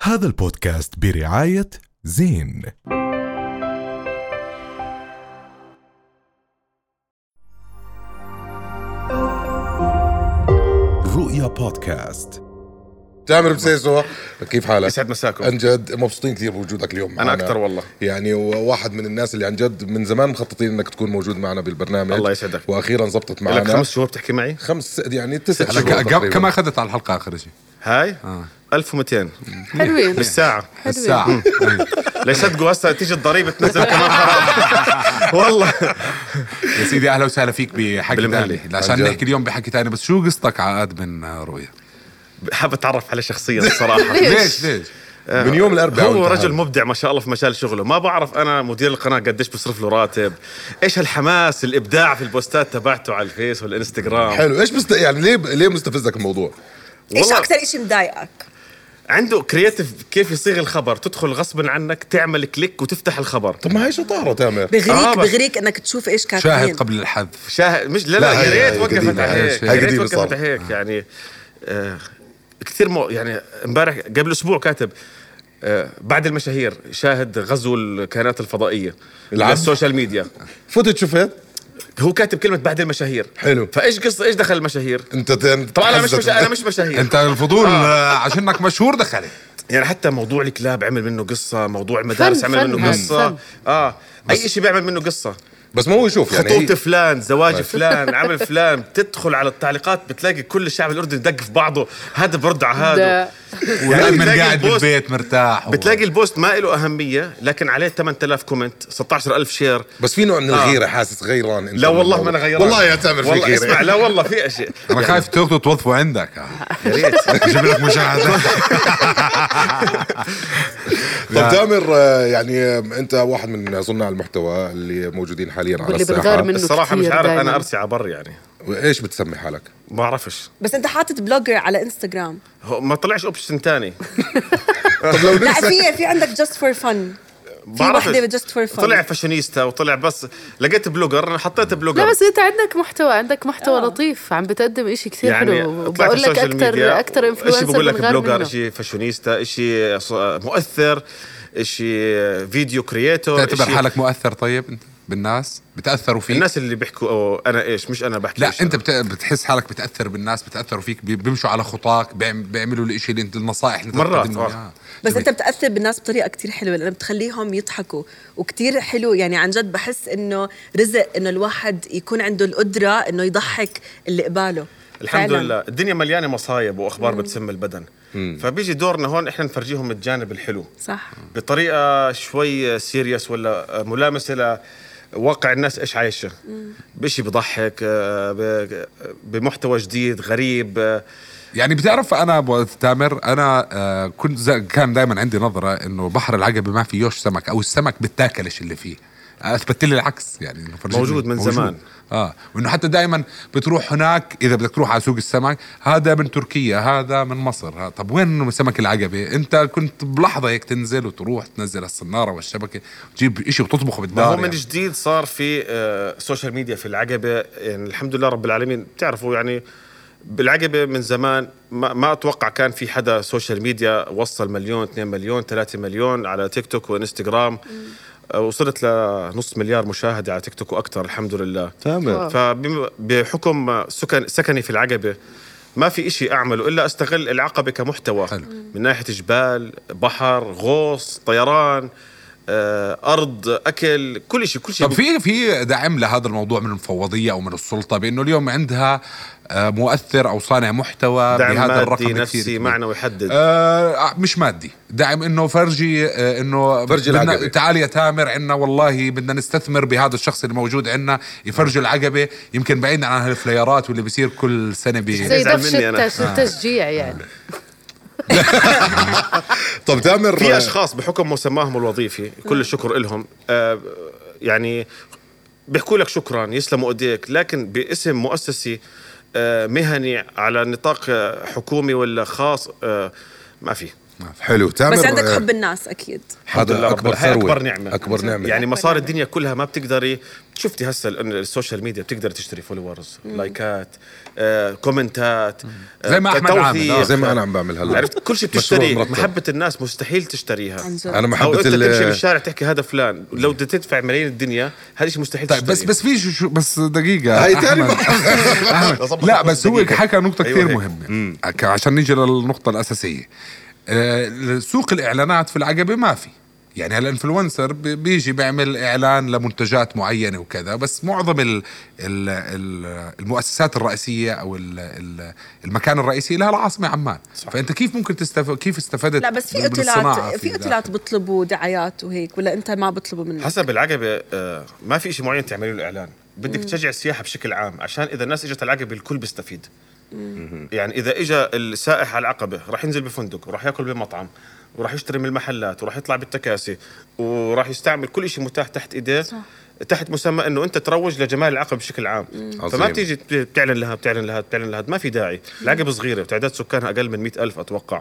هذا البودكاست برعاية زين. رؤيا بودكاست. تامر بسيسو، كيف حالك؟ يسعد مساكم. عن جد مبسوطين كثير بوجودك اليوم معنا. أنا أكتر والله. يعني واحد من الناس اللي عن جد من زمان مخططين إنك تكون موجود معنا بالبرنامج. الله يسعدك. وأخيرا زبطت معنا. لك 5 شهور بتحكي معي؟ 5 يعني 9 شهور. كم أخذت على الحلقة آخر شيء؟ هاي 1200 حلوين بالساعة. الساعة. لا يصدقوا هسه تيجي الضريبة تنزل كمان والله. يا سيدي أهلا وسهلا فيك بحكي تاني، عشان نحكي اليوم بحكي تاني. بس شو قصتك عقد من رؤيا؟ حاب أتعرف عليه شخصيا الصراحة. ليش؟ من يوم الأربعاء. هو رجل مبدع ما شاء الله في مجال شغله. ما بعرف أنا مدير القناة قديش بصرف له راتب، إيش هالحماس الإبداع في البوستات تبعته على الفيس والإنستغرام. حلو. إيش يعني ليه مستفزك الموضوع؟ ايش اكثر اشي مضايقك؟ عنده كرياتيف كيف يصيغ الخبر، تدخل غصبا عنك تعمل كليك وتفتح الخبر. طب ما هي شطارة تامر. بغريك انك تشوف ايش كاتبين. شاهد قبل الحذف. شاهد مش لا يا ريت وقفت على هيك. هاي قديمة صار هيك يعني. كثير يعني امبارح قبل اسبوع كاتب بعد المشاهير شاهد غزو الكائنات الفضائية للسوشيال ميديا. فتت شفت؟ هو كاتب كلمة بعد المشاهير. حلو. فايش قصة ايش دخل المشاهير؟ انت طبعا انا مش مشاهير. انت الفضول عشانك مشهور دخلت. يعني حتى موضوع الكلاب عمل منه قصة، موضوع المدارس عمل منه قصة. اي شيء بيعمل منه قصة. بس ما هو يشوف يعني خطوط فلان، زواج فلان، عمل فلان. تدخل على التعليقات بتلاقي كل الشعب الأردني دق في بعضه، هذا برد على هذا. ولما قاعد بالبيت مرتاح بتلاقي البوست ما له أهمية لكن عليه 8000 كومنت، 16000 شير. بس في نوع من الغيرة. حاسس غيران انت؟ لا والله ما أنا غيران والله يا تامر في غيرة. اسمع، لا والله في أشياء. أنا خايف تاخذوا توظفوا عندك. يا ريت جيب لك مشاهدات. طب تامر، يعني انت واحد من صناع المحتوى اللي موجودين حاليا على الساحة. الصراحة مش عارف أنا أرسي عبر يعني. وايش بتسمي حالك؟ ما بعرفش. بس انت حاطط بلوجر على انستغرام. ما طلعش اوبشن تاني. طب لو لا في عندك جاست فور فن. في وحده جاست فور فن. طلع فاشونيستا وطلع بس لقيت بلوجر. انا حطيت بلوجر. لا بس انت عندك محتوى لطيف، عم بتقدم إشي كثير يعني حلو. بقول لك اكثر انفلونسر بقول لك بلوجر، منه. شيء فاشونيستا، شيء مؤثر، شيء فيديو كرياتور. تعتبر حالك مؤثر؟ طيب انت بالناس بتأثروا فيك؟ الناس اللي بيحكوا انا ايش، مش انا بحكي. لا انت بتحس حالك بتأثر بالناس، بتأثروا فيك، بيمشوا على خطاك، بيعملوا الاشي اللي انت النصائح اللي مرات بس انت بتأثر بالناس بطريقة كتير حلوة، لأنه بتخليهم يضحكوا وكتير حلو. يعني عن جد بحس انه رزق انه الواحد يكون عنده القدرة انه يضحك اللي قباله. الحمد لله. الدنيا مليانة مصايب واخبار بتسم البدن. فبيجي دورنا هون احنا نفرجيهم الجانب الحلو، صح، بطريقة شوي سيريس ولا ملامسة لواقع الناس ايش عايشة، بشي بضحك، بمحتوى جديد غريب. يعني بتعرف أنا أبو تامر، أنا كان دائما عندي نظرة إنه بحر العقبة ما فيهوش سمك، أو السمك بتاكلش اللي فيه. أثبت لي العكس، يعني موجود من زمان. وإنه حتى دائما بتروح هناك، إذا بدك تروح على سوق السمك، هذا من تركيا، هذا من مصر. طب وين سمك العقبة؟ أنت كنت بلحظة هيك تنزل وتروح تنزل الصنارة والشبكة وتجيب إشي وتطبخه بالدار. هو من جديد صار في سوشيال ميديا في العقبة. يعني الحمد لله رب العالمين. بتعرفوا يعني بالعقبة من زمان ما أتوقع كان في حدا سوشيال ميديا وصل 1,000,000 2,000,000 3,000,000 على تيك توك وإنستغرام. وصلت لنص مليار مشاهدة على تيك توك وأكتر الحمد لله. تمام. فبحكم سكني في العقبة ما في إشي أعمله إلا أستغل العقبة كمحتوى. حلو. من ناحية جبال، بحر، غوص، طيران، أرض، أكل، كل شيء. طب في دعم لهذا الموضوع من المفوضية أو من السلطة بأنه اليوم عندها مؤثر أو صانع محتوى بهذا الرقم نفسي معنوي يحدد؟ مش مادي، دعم إنه فرجي إنه تعالي يا تامر عنا والله بدنا نستثمر بهذا الشخص اللي موجود عنا، يفرجوا العقبة. يمكن بعيد عن هالفليارات واللي بيصير كل سنة زي دفشة تشجيع يعني. طب تامر، في أشخاص بحكم مسماهم الوظيفي كل الشكر لهم، يعني بيحكوا لك شكرا يسلموا ايديك، لكن باسم مؤسسي مهني على نطاق حكومي ولا خاص ما في. حلو تامر. بس عندك حب الناس اكيد. هذا أكبر نعمة. أكبر نعمة. يعني مصاري الدنيا كلها ما بتقدري. شفتي هسه السوشيال ميديا بتقدر تشتري فولورز، لايكات، كومنتات، زي ما أحمد عامل، زي ما أنا عم بعمل هلا. عرفت كل شيء بتشتري. محبة الناس مستحيل تشتريها. أنا أو محبة أنت تمشي بالشارع تحكي هذا فلان، لو بدك تدفع ملايين الدنيا هذا شيء مستحيل طيب تشتريه. بس في بس دقيقة هاي تاني. أحمد. لا بس هو حكى نقطة كثير مهمة عشان نيجي للنقطة الأساسية. سوق الإعلانات في العقبة ما في. يعني الانفلونسر بيجي بيعمل إعلان لمنتجات معينة وكذا، بس معظم المؤسسات الرئيسية أو المكان الرئيسي لها العاصمة عمان. صح. فأنت كيف ممكن كيف استفدت؟ لا بس في أوتيلات بيطلبوا دعايات وهيك، ولا أنت ما بيطلبوا منك؟ حسب العقبة. ما في إشي معين تعملوا له إعلان. بدك تشجع السياحة بشكل عام، عشان إذا الناس إجت العقبة الكل بيستفيد. يعني إذا إجا السائح على العقبة راح ينزل بفندق وراح يأكل بمطعم وراح يشتري من المحلات وراح يطلع بالتكاسي وراح يستعمل كل شيء متاح تحت إيديه. صح. تحت مسمى إنه أنت تروج لجمال العقبة بشكل عام. فما بتيجي بتعلن لها ما في داعي. العقبة صغيرة وتعداد سكانها أقل من 100,000 أتوقع.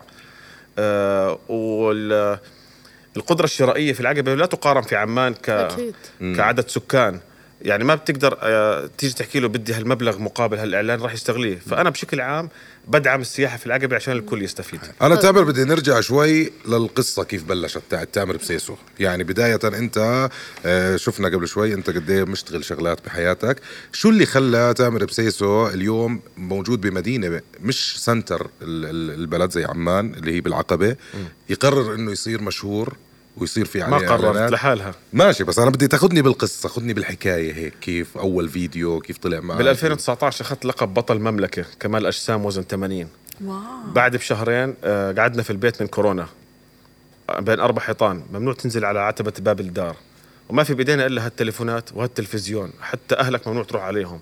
والقدرة الشرائية في العقبة لا تقارن في عمان كعدد سكان. يعني ما بتقدر تيجي تحكي له بدي هالمبلغ مقابل هالإعلان راح يستغليه. فأنا بشكل عام بدعم السياحة في العقبة عشان الكل يستفيد. أنا تامر بدي نرجع شوي للقصة كيف بلشت تاعت تامر بسيسو. يعني بداية أنت شفنا قبل شوي أنت قد ايه مشتغل شغلات بحياتك. شو اللي خلى تامر بسيسو اليوم موجود بمدينة مش سنتر البلد زي عمان اللي هي بالعقبة يقرر إنه يصير مشهور ويصير في عليه ما قررت لحالها؟ ماشي، بس أنا بدي تاخدني بالقصة، خدني بالحكاية هيك. كيف أول فيديو كيف طلع معك؟ بال2019 أخذت لقب بطل مملكة كمال أجسام وزن 80. واو. بعد بشهرين قعدنا في البيت من كورونا بين 4 حيطان، ممنوع تنزل على عتبة باب الدار، وما في بإيدينا إلا هالتليفونات وهالتلفزيون، حتى أهلك ممنوع تروح عليهم.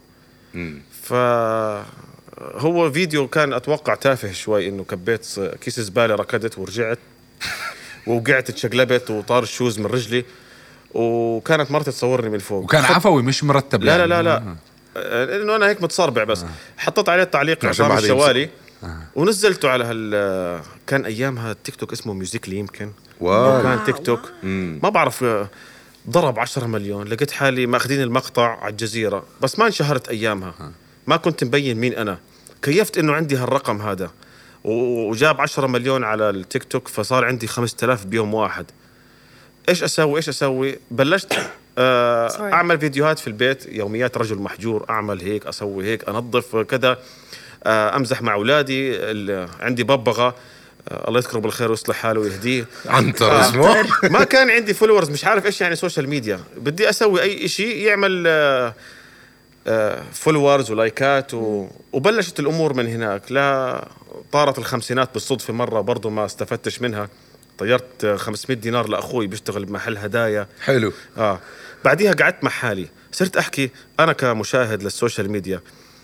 فهو فيديو كان أتوقع تافه شوي، إنه كبيت كيس زبالة ركضت ورجعت ووقعت اتشقلبت وطار الشوز من رجلي، وكانت مرتي تصورني من فوق. وكان عفوي مش مرتب. لا يعني. لا انه انا هيك متصربع بس. حطيت عليه تعليق عشان الشوالي ونزلته على كان ايامها التيك توك اسمه ميوزيكلي يمكن. كان تيك توك ما بعرف، ضرب 10 مليون. لقيت حالي ماخذين المقطع على الجزيرة، بس ما انشهرت ايامها. ما كنت مبين مين انا. كيفت انه عندي هالرقم هذا وجاب 10 مليون على التيك توك، فصار عندي 5000 بيوم واحد. ايش اسوي؟ بلشت اعمل فيديوهات في البيت، يوميات رجل محجور، اعمل هيك اسوي هيك انظف كذا، امزح مع اولادي. عندي ببغة الله يذكره بالخير ويصلح حاله ويهديه، عنتر اسمه. ما كان عندي فولورز، مش عارف ايش يعني سوشيال ميديا. بدي اسوي اي شيء يعمل فولورز ولايكات وبلشت الامور من هناك. لا طارت ال50 بالصدفة مرة برضو ما استفدتش منها. طيرت 500 دينار لأخوي بيشتغل بمحل هدايا. حلو. بعديها قعدت مع حالي، صرت أحكي أنا كمشاهد للسوشيال ميديا.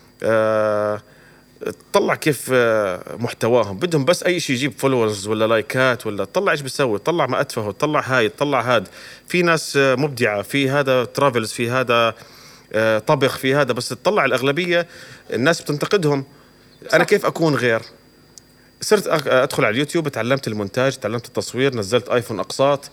طلع كيف محتواهم، بدهم بس أي شيء يجيب فولورز ولا لايكات، ولا طلع إيش بيسوي، طلع ما أتفهه، طلع هاي طلع هاد. في ناس مبدعة، في هذا ترافلز، في هذا طبخ، في هذا. بس تطلع الأغلبية الناس بتنتقدهم. أنا كيف أكون غير؟ صرت أدخل على اليوتيوب، تعلمت المونتاج، تعلمت التصوير، نزلت آيفون أقساط.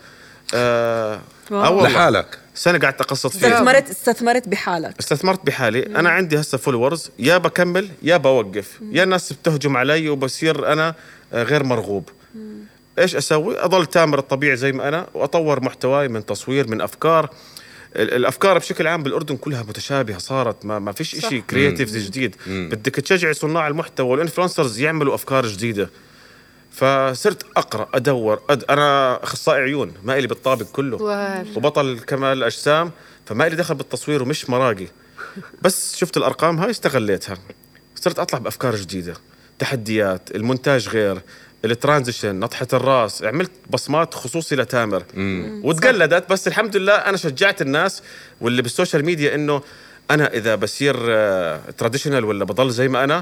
لحالك سنة قعدت أقسط فيه. استثمرت بحالي. أنا عندي هسه فولورز، يا بكمل يا بوقف. يا الناس بتهجم علي وبصير أنا غير مرغوب. إيش أسوي؟ أضل تامر الطبيعي زي ما أنا، وأطور محتواي من تصوير، من أفكار. الأفكار بشكل عام بالأردن كلها متشابهة صارت، ما فيش إشي كرياتيف جديد. بدك تشجع صناع المحتوى والإنفلونسرز يعملوا أفكار جديدة. فصرت أقرأ أدور أنا أخصائي عيون، ما إلي بالطابق كله، وبطل كمال أجسام، فما إلي دخل بالتصوير ومش مراقي. بس شفت الأرقام هاي استغليتها، صرت أطلع بأفكار جديدة، تحديات، المونتاج غير، الترانزيشن، نطحة الراس. عملت بصمات خصوصي لتامر وتقلدت. بس الحمد لله أنا شجعت الناس واللي بالسوشيال ميديا إنه أنا إذا بصير تراديشنال ولا بضل زي ما أنا،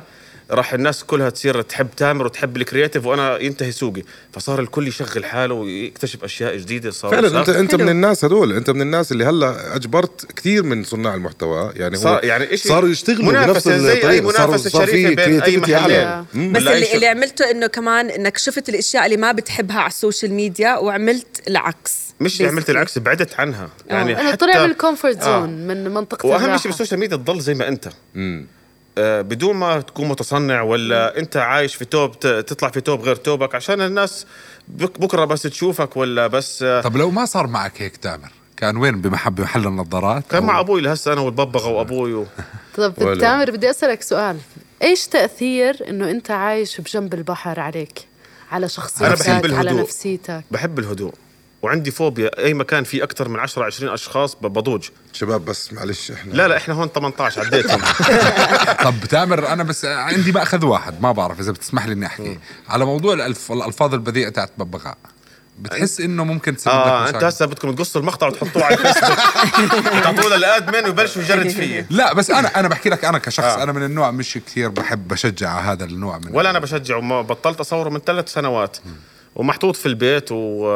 راح الناس كلها تصير تحب تامر وتحب الكرياتيف وانا ينتهي سوقي، فصار الكل يشغل حاله ويكتشف اشياء جديده. صار فعلا انت من الناس هدول، انت من الناس اللي هلا اجبرت كثير من صناع المحتوى يعني صار يعني صاروا يشتغلوا بنفس زي اي منافسه شريفه بين اي محل. بس اللي عملته انه كمان انك شفت الاشياء اللي ما بتحبها على السوشيال ميديا وعملت العكس. مش عملت العكس، بعدت عنها يعني انا طلع من الكومفورت زون من منطقه الراحه. واهم شيء بالسوشيال ميديا تضل زي ما انت بدون ما تكون متصنع ولا انت عايش في توب تطلع في توب غير توبك عشان الناس بكره بس تشوفك ولا بس. طب لو ما صار معك هيك تامر كان وين؟ بمحل النظارات؟ كان مع ابوي لهسه انا والببغاء وابوي طب تامر بدي اسالك سؤال، ايش تاثير انه انت عايش بجنب البحر عليك، على شخصيتك، على نفسيتك؟ بحب الهدوء وعندي فوبيا اي مكان فيه اكثر من 10-20 اشخاص بضوج. شباب بس معلش احنا لا احنا هون 18 عديتهم. طب تامر انا بس عندي مأخذ واحد، ما بعرف اذا بتسمح لي اني احكي على موضوع الالفاظ البذيئه تاعت ببغاء. بتحس انه ممكن تسبب لك مشاكل؟ انت هسه بدكم تقصوا المقطع وتحطوه على الفيسبوك تعطوه للادمن ويبلشوا يجرد فيه. لا بس انا بحكي لك انا كشخص انا من النوع مش كثير بحب بشجع هذا النوع من ولا انا بشجعه، ما بطلت اصوره من 3 سنوات ومحطوط في البيت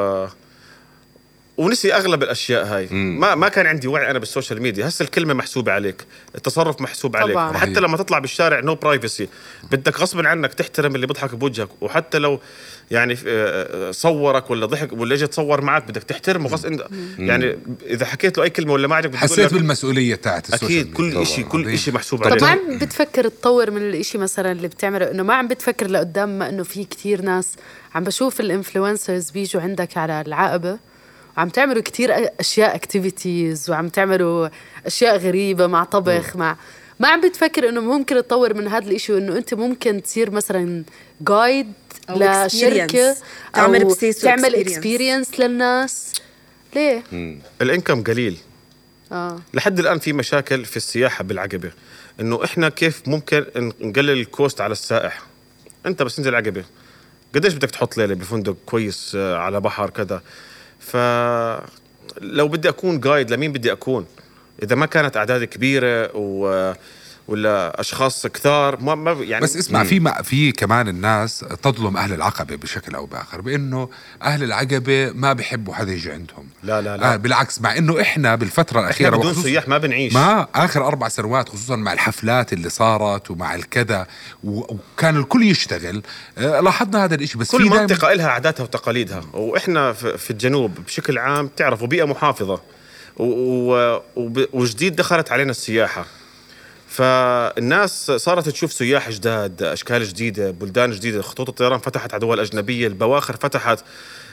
ونسي اغلب الاشياء هاي. ما كان عندي وعي انا بالسوشيال ميديا. هسه الكلمه محسوبه عليك، التصرف محسوب طبعاً عليك. حتى لما تطلع بالشارع نو برايفسي، بدك غصب عنك تحترم اللي بيضحك بوجهك، وحتى لو يعني صورك ولا ضحك ولا اجى تصور معك بدك تحترمه غصب. يعني اذا حكيت له اي كلمه ولا ما عجبك حسيت بالمسؤوليه تاعت السوشيال ميديا. اكيد كل شيء محسوب عليك. طب ما عم بتفكر تطور من الاشي مثلا اللي بتعمله، انه ما عم بتفكر لقدام؟ ما انه في كتير ناس عم بشوف الانفلونسرز بيجوا عندك على العقبه وعم تعملوا كتير اشياء اكتيفيتيز وعم تعملوا اشياء غريبه مع طبخ ما عم بتفكر انه ممكن تطور من هذا الاشي، وانه انت ممكن تصير مثلا جايد لشركه او تعمل اكسبيرينس للناس؟ ليه؟ الانكم قليل. لحد الان في مشاكل في السياحه بالعقبه، انه احنا كيف ممكن نقلل الكوست على السائح. انت بس تنزل العقبه قديش بدك تحط ليله بفندق كويس على بحر كذا؟ فلو بدي أكون جايد لمين بدي أكون؟ إذا ما كانت أعداد كبيرة ولا أشخاص كثار ما يعني. بس اسمع في كمان الناس تظلم أهل العقبة بشكل أو بآخر، بأنه أهل العقبة ما بيحبوا حدا يجي عندهم. لا بالعكس، مع أنه إحنا بالفترة الأخيرة بدون سياح ما بنعيش. ما آخر 4 سنوات خصوصا مع الحفلات اللي صارت ومع الكذا وكان الكل يشتغل، لاحظنا هذا الإشي. بس كل منطقة إلها عاداتها وتقاليدها، وإحنا في الجنوب بشكل عام تعرفوا بيئة محافظة وجديد دخلت علينا السياحة، فالناس صارت تشوف سياح جداد، أشكال جديدة، بلدان جديدة، خطوط الطيران فتحت على دول أجنبية، البواخر فتحت.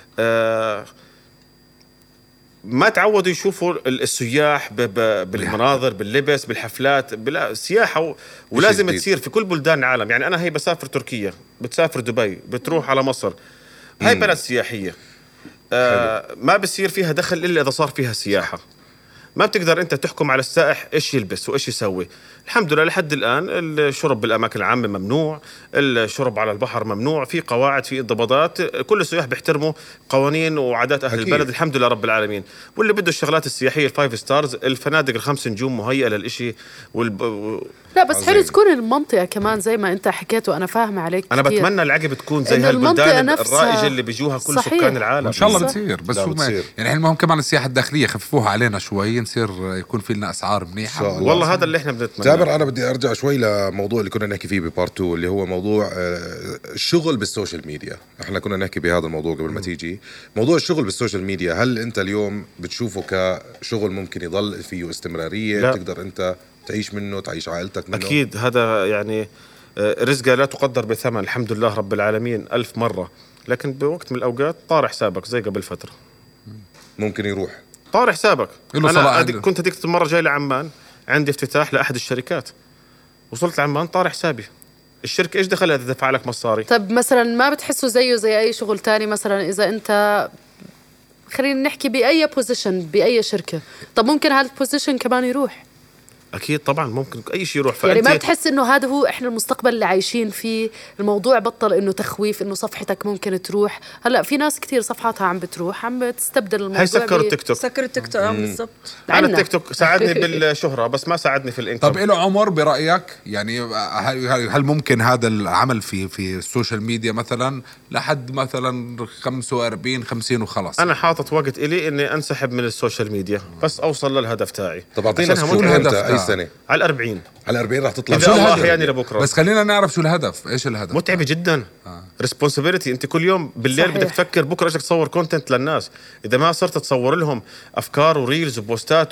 ما تعودوا يشوفوا السياح بالمناظر، باللبس، بالحفلات، بالسياحة، ولازم تصير في كل بلدان العالم. يعني أنا هي بسافر تركيا، بتسافر دبي، بتروح على مصر، هاي بلد سياحية. ما بصير فيها دخل إلا إذا صار فيها سياحة. ما بتقدر أنت تحكم على السائح إيش يلبس وإيش يسوي. الحمد لله لحد الآن الشرب بالأماكن العامة ممنوع، الشرب على البحر ممنوع، في قواعد، في انضباطات، كل السياح بيحترموا قوانين وعادات أهل البلد الحمد لله رب العالمين. واللي بده الشغلات السياحية ال5 ستارز، الفنادق ال5 نجوم مهيئة للإشي لا بس حلو تكون المنطقة كمان زي ما أنت حكيت، وأنا فاهم عليك أنا كتير. بتمنى العقبة تكون زي هالبلدان الرائجة اللي بيجوها كل سكان العالم. إن شاء الله بتصير. بس يعني المهم كمان السياحة الداخلية خففوها علينا شوي، نصير يكون في لنا أسعار منيحة. والله هذا اللي إحنا بنتمنى. جابر أنا بدي أرجع شوي لموضوع اللي كنا نحكي فيه ببارت 2، اللي هو موضوع الشغل بالسوشيال ميديا. إحنا كنا نحكي بهذا الموضوع قبل ما تيجي. موضوع الشغل بالسوشيال ميديا، هل أنت اليوم بتشوفه كشغل ممكن يضل فيه استمرارية؟ لا. تقدر أنت تعيش منه، تعيش عائلتك منه؟ أكيد هذا يعني رزقه لا تقدر بثمن، الحمد لله رب العالمين 1000 مرة. لكن بوقت من الأوقات طار حسابك زي قبل فترة، ممكن يروح طار حسابك. أنا كنت هذيك المرة جاي لعمان، عندي افتتاح لأحد الشركات، وصلت لعمان طار حسابي. الشركة إيش دخلها تدفع لك مصاري؟ طب مثلا ما بتحسه زيه زي أي شغل تاني؟ مثلا إذا أنت خلينا نحكي بأي بوزيشن بأي شركة، طب ممكن هذا البوزيشن كمان يروح. اكيد طبعا ممكن اي شيء يروح. يعني ما بتحس انه هذا هو احنا المستقبل اللي عايشين فيه؟ الموضوع بطل انه تخويف انه صفحتك ممكن تروح. هلا في ناس كتير صفحاتها عم بتروح، عم تستبدل الموضوع. هي سكروا التيك توك. سكروا التيك توك بالضبط. انا التيك توك ساعدني بالشهرة بس ما ساعدني في الانكم. طب له عمر برأيك؟ يعني هل ممكن هذا العمل في السوشيال ميديا مثلا لحد مثلا 45 50 وخلاص؟ انا حاطط وقت إلي اني انسحب من السوشيال ميديا بس اوصل للهدف تاعي. طب اعطينا شو الهدف؟ اي سنه؟ على 40. على 40 راح تطلع. إذا الله أحياني لبكره. بس خلينا نعرف شو الهدف. ايش الهدف؟ متعبة جدا. ريسبونسبيلتي. انت كل يوم بالليل صحيح. بدك تفكر بكره ايش تصور كونتنت للناس. اذا ما صرت تصور لهم افكار وريلز وبوستات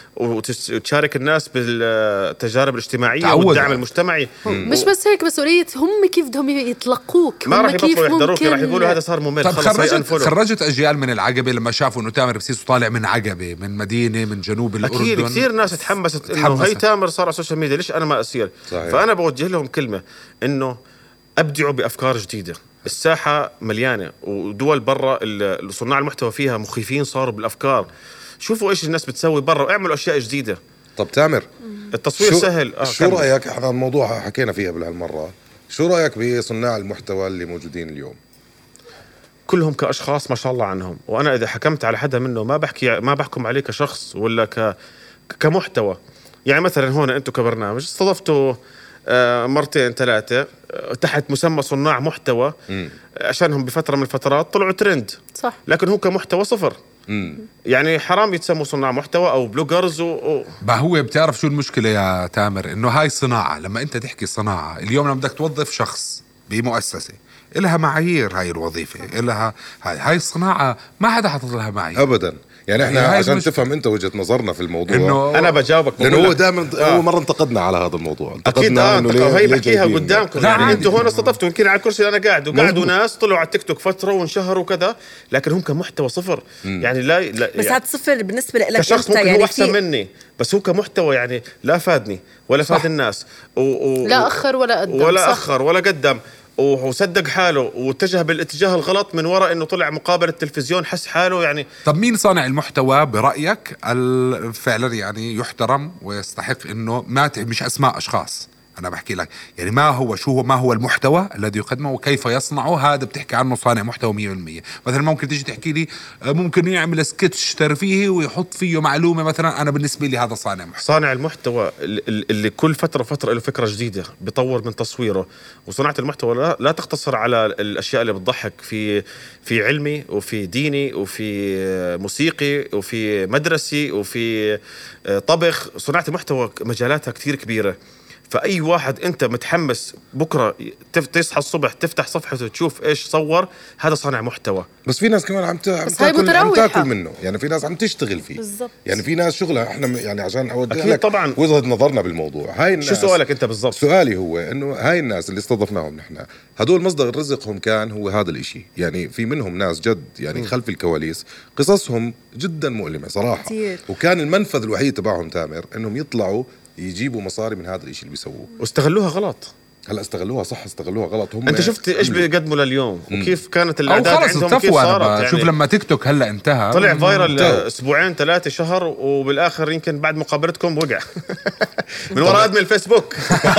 وتشارك الناس بالتجارب الاجتماعيه والدعم المجتمعي. مش بس هيك مسؤوليه، هم كيف بدهم يتلقوك؟ ما راح كيف يبطلوا يحضروك، ممكن راح يقولوا هذا صار ممل. طب خلص خرجت اجيال من العقبه لما شافوا انه تامر بسيسو طالع من عقبه، من مدينه من جنوب الاردن. اكيد كثير ناس تحمست انه هي تامر صار على السوشيال ميديا، ليش انا ما اسير؟ صحيح. فانا بوجه لهم كلمه انه ابدعوا بافكار جديده. الساحه مليانه ودول برا صناع المحتوى فيها مخيفين صاروا بالافكار. شوفوا ايش الناس بتسوي برا واعملوا اشياء جديده. طب تامر التصوير سهل. شو رايك؟ احنا الموضوع حكينا فيها بهالمره. شو رايك بصناع المحتوى اللي موجودين اليوم؟ كلهم كاشخاص ما شاء الله عنهم، وانا اذا حكمت على حدا منه ما بحكم عليه كشخص ولا كمحتوى. يعني مثلا هون انتم كبرنامج استضفتوا مرتين ثلاثه تحت مسمى صناع محتوى عشانهم بفتره من الفترات طلعوا ترند. صح. لكن هو كمحتوى صفر. يعني حرام يتسموا صناع محتوى او بلوجرز ما هو بتعرف شو المشكله يا تامر؟ انه هاي صناعه. لما انت تحكي صناعه اليوم، لما بدك توظف شخص بمؤسسه إلها معايير، هاي الوظيفه إلها هاي الصناعه ما حدا حاطط لها معايير ابدا. يعني احنا عشان تفهم انت وجهه نظرنا في الموضوع إنه انا بجاوبك لانه هو دائما اول مره انتقدنا على هذا الموضوع. اكيد هي بحكيها قدامكم. يعني انتم هون استضفتوا يمكن على الكرسي اللي انا قاعد وقعدوا ناس طلعوا على التيك توك فتره وانشهروا كذا، لكن هم كمحتوى صفر. يعني لا بس هذا صفر بالنسبه لك كشخص ممكن يعني هو احسن مني، بس هو كمحتوى يعني لا فادني ولا فاد الناس لا اخر ولا قدم ولا اخر ولا قدم وصدق حاله واتجه بالاتجاه الغلط من وراء انه طلع مقابله التلفزيون حس حاله يعني. طب مين صانع المحتوى برايك فعلا يعني يحترم ويستحق انه مش اسماء اشخاص؟ انا بحكي لك يعني ما هو المحتوى الذي يقدمه وكيف يصنعه. هذا بتحكي عنه صانع محتوى 100%. مثلا ممكن تيجي تحكي لي ممكن يعمل سكتش ترفيهي ويحط فيه معلومه مثلا، انا بالنسبه لي هذا صانع محتوى. صانع المحتوى اللي كل فتره له فكره جديده بيطور من تصويره. وصناعه المحتوى لا تقتصر على الاشياء اللي بتضحك، في علمي وفي ديني وفي موسيقي وفي مدرسي وفي طبخ. صناعه المحتوى مجالاتها كتير كبيره. فأي واحد أنت متحمس بكرة تصحى الصبح تفتح صفحته تشوف إيش صور، هذا صانع محتوى. بس في ناس كمان عم تاكل منه. يعني في ناس عم تشتغل فيه بالزبط. يعني في ناس شغلها احنا يعني عشان أوجه لك طبعا وجهة نظرنا بالموضوع. هاي الناس، شو سؤالك أنت بالضبط؟ سؤالي هو إنه هاي الناس اللي استضفناهم نحن هدول مصدر رزقهم كان هو هذا الاشي. يعني في منهم ناس جد يعني خلف الكواليس قصصهم جدا مؤلمة صراحة كتير. وكان المنفذ الوحيد تبعهم تامر إنهم يطلعوا يجيبوا مصاري من هذا الاشي اللي بيسووه، واستغلوها غلط. هلا استغلوها صح، استغلوها غلط. هم انت شفت ايش بيقدموا لليوم وكيف كانت الاعداد عندهم كيف صارت. يعني شوف لما تيك توك هلا انتهى طلع فايرال اسبوعين 3 شهر وبالاخر يمكن بعد مقابلتكم وقع من وراء ادمن الفيسبوك.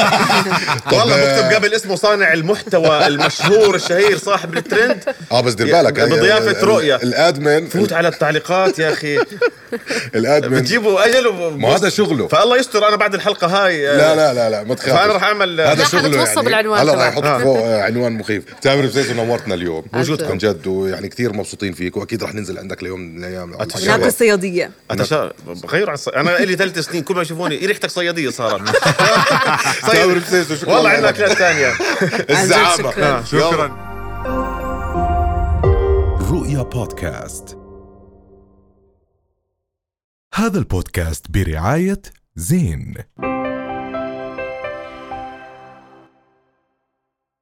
والله بكتب قبل اسمه صانع المحتوى المشهور الشهير صاحب الترند. بس دير بالك بضيافه رؤية الادمن فوت على التعليقات يا اخي. الادمن بتجيبوا اجله، ما هذا شغله. فالله يستر. انا بعد الحلقه هاي لا ما تخاف، فانا راح اعمل هذا شغله. يعني هلا راح يحط فوق عنوان مخيف. تامر بسيسو نورتنا اليوم وجودكم جد، ويعني كثير مبسوطين فيك، واكيد راح ننزل عندك ليوم من الايام. ناكل صياديه. غير انا لي 3 سنين كل ما يشوفوني ريحتك صياديه صارت. تامر بسيسو شكرا والله عندنا اكلات ثانيه. الزعامه. شكرا. رؤيا بودكاست. هذا البودكاست برعاية زين.